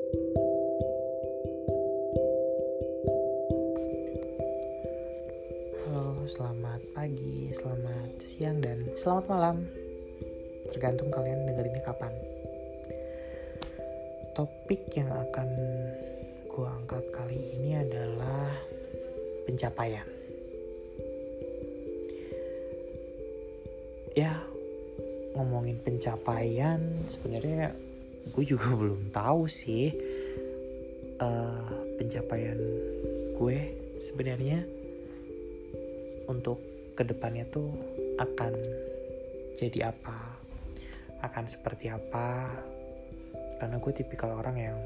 Halo, selamat pagi, selamat siang, dan selamat malam. Tergantung kalian dengerinnya kapan. Topik yang akan gue angkat kali ini adalah pencapaian. Ya, ngomongin pencapaian sebenarnya gue juga belum tahu sih. Pencapaian gue sebenarnya untuk kedepannya tuh akan jadi apa, akan seperti apa, karena gue tipikal orang yang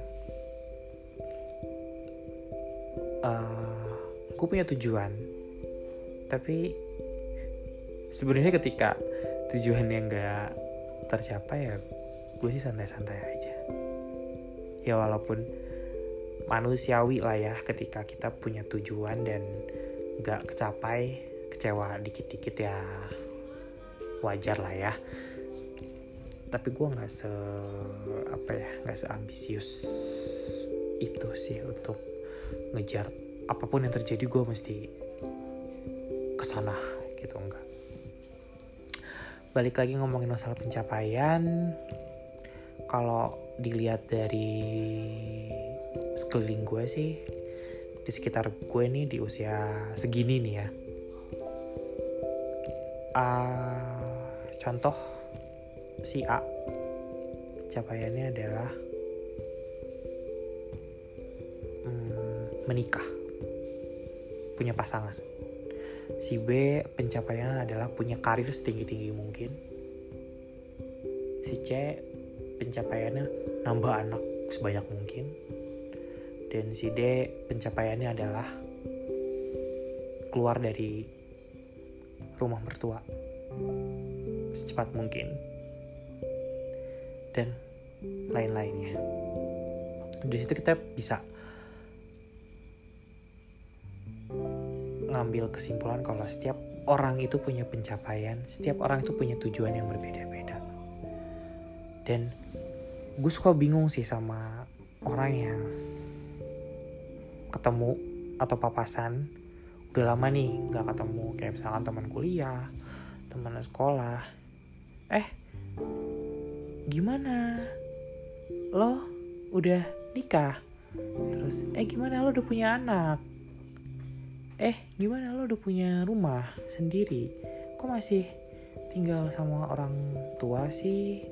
gue punya tujuan, tapi sebenarnya ketika tujuannya nggak tercapai ya gue sih santai-santai aja. Ya walaupun manusiawi lah ya ketika kita punya tujuan dan nggak kecapai, kecewa dikit-dikit ya wajar lah ya. Tapi gue nggak seambisius itu sih untuk ngejar apapun yang terjadi gue mesti kesana gitu, enggak. Balik lagi ngomongin masalah pencapaian, kalau dilihat dari sekeliling gue sih, di sekitar gue nih di usia segini nih ya, contoh si A pencapaiannya adalah menikah, punya pasangan. Si B pencapaiannya adalah punya karir setinggi-tinggi mungkin. Si C pencapaiannya nambah anak sebanyak mungkin. Dan si D pencapaiannya adalah keluar dari rumah mertua secepat mungkin, dan lain-lainnya. Di situ kita bisa ngambil kesimpulan kalau setiap orang itu punya pencapaian, setiap orang itu punya tujuan yang berbeda-beda. Dan gue suka bingung sih sama orang yang ketemu atau papasan udah lama nih gak ketemu, kayak misalkan teman kuliah, teman sekolah. Gimana? Lo udah nikah? Terus, gimana lo udah punya anak? Gimana lo udah punya rumah sendiri? Kok masih tinggal sama orang tua sih?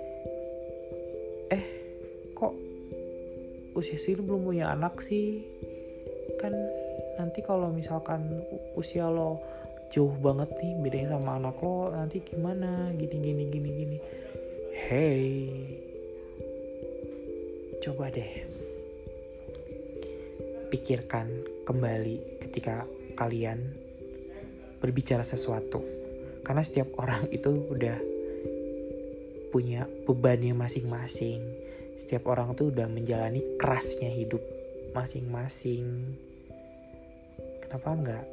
Kok usia segini belum punya anak sih? Kan nanti kalau misalkan usia lo jauh banget nih bedanya sama anak lo, nanti gimana? Gini. Hey, coba deh pikirkan kembali ketika kalian berbicara sesuatu, karena setiap orang itu udah punya bebannya masing-masing. Setiap orang tuh udah menjalani kerasnya hidup masing-masing. Kenapa nggak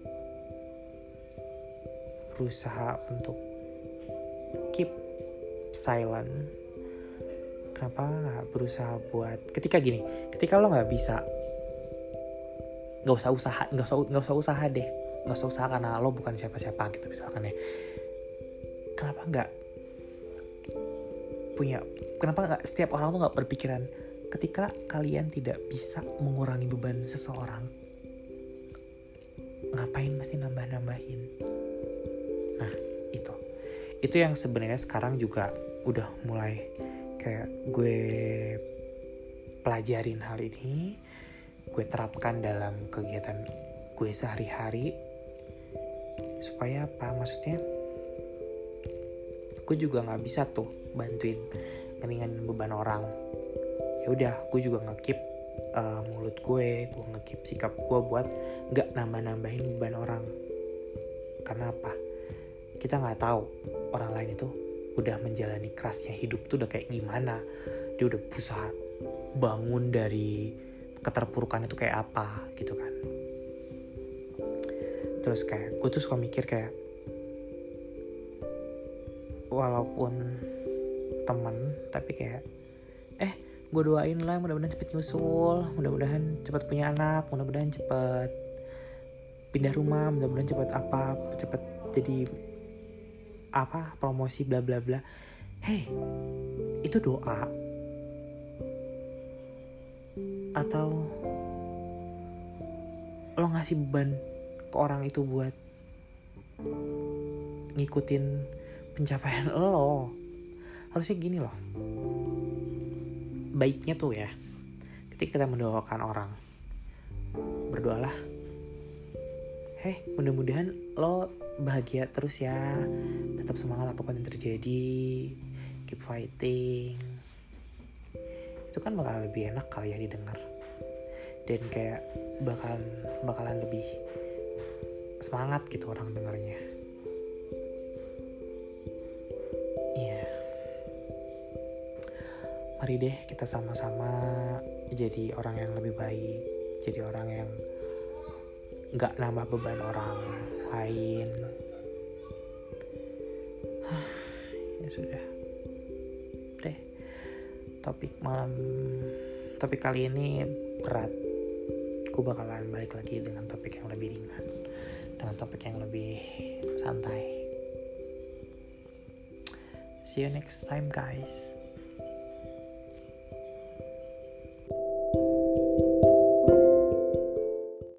berusaha untuk keep silent? Kenapa nggak berusaha buat ketika lo nggak bisa, nggak usah usaha deh, nggak usah usaha karena lo bukan siapa-siapa gitu misalkan ya. Kenapa nggak setiap orang tuh nggak berpikiran ketika kalian tidak bisa mengurangi beban seseorang, ngapain mesti nambah-nambahin? Nah itu yang sebenarnya sekarang juga udah mulai kayak gue pelajarin hal ini, gue terapkan dalam kegiatan gue sehari-hari. Supaya apa? Maksudnya gue juga nggak bisa tuh bantuin ngeringanin beban orang. Ya udah, gue juga nge-keep mulut gue nge-keep sikap gue buat nggak nambah-nambahin beban orang. Karena apa? Kita nggak tahu orang lain itu udah menjalani kerasnya hidup tuh udah kayak gimana. Dia udah berusaha bangun dari keterpurukan itu kayak apa gitu kan. Terus kayak gue tuh suka mikir kayak, walaupun temen tapi kayak gue doain lah mudah-mudahan cepet nyusul, mudah-mudahan cepet punya anak, mudah-mudahan cepet pindah rumah, mudah-mudahan cepet jadi promosi bla bla bla. Hey, itu doa atau lo ngasih beban ke orang itu buat ngikutin pencapaian lo? Harusnya gini loh, baiknya tuh ya, ketika kita mendoakan orang, berdoalah, mudah-mudahan lo bahagia terus ya, tetap semangat apapun yang terjadi, keep fighting. Itu kan bakal lebih enak kali ya didengar, dan kayak bakalan lebih semangat gitu orang dengarnya. Iya. Mari deh kita sama-sama jadi orang yang lebih baik, jadi orang yang gak nambah beban orang lain. Ya sudah deh, topik kali ini berat. Gue bakalan balik lagi dengan topik yang lebih ringan, dengan topik yang lebih santai. See you next time guys.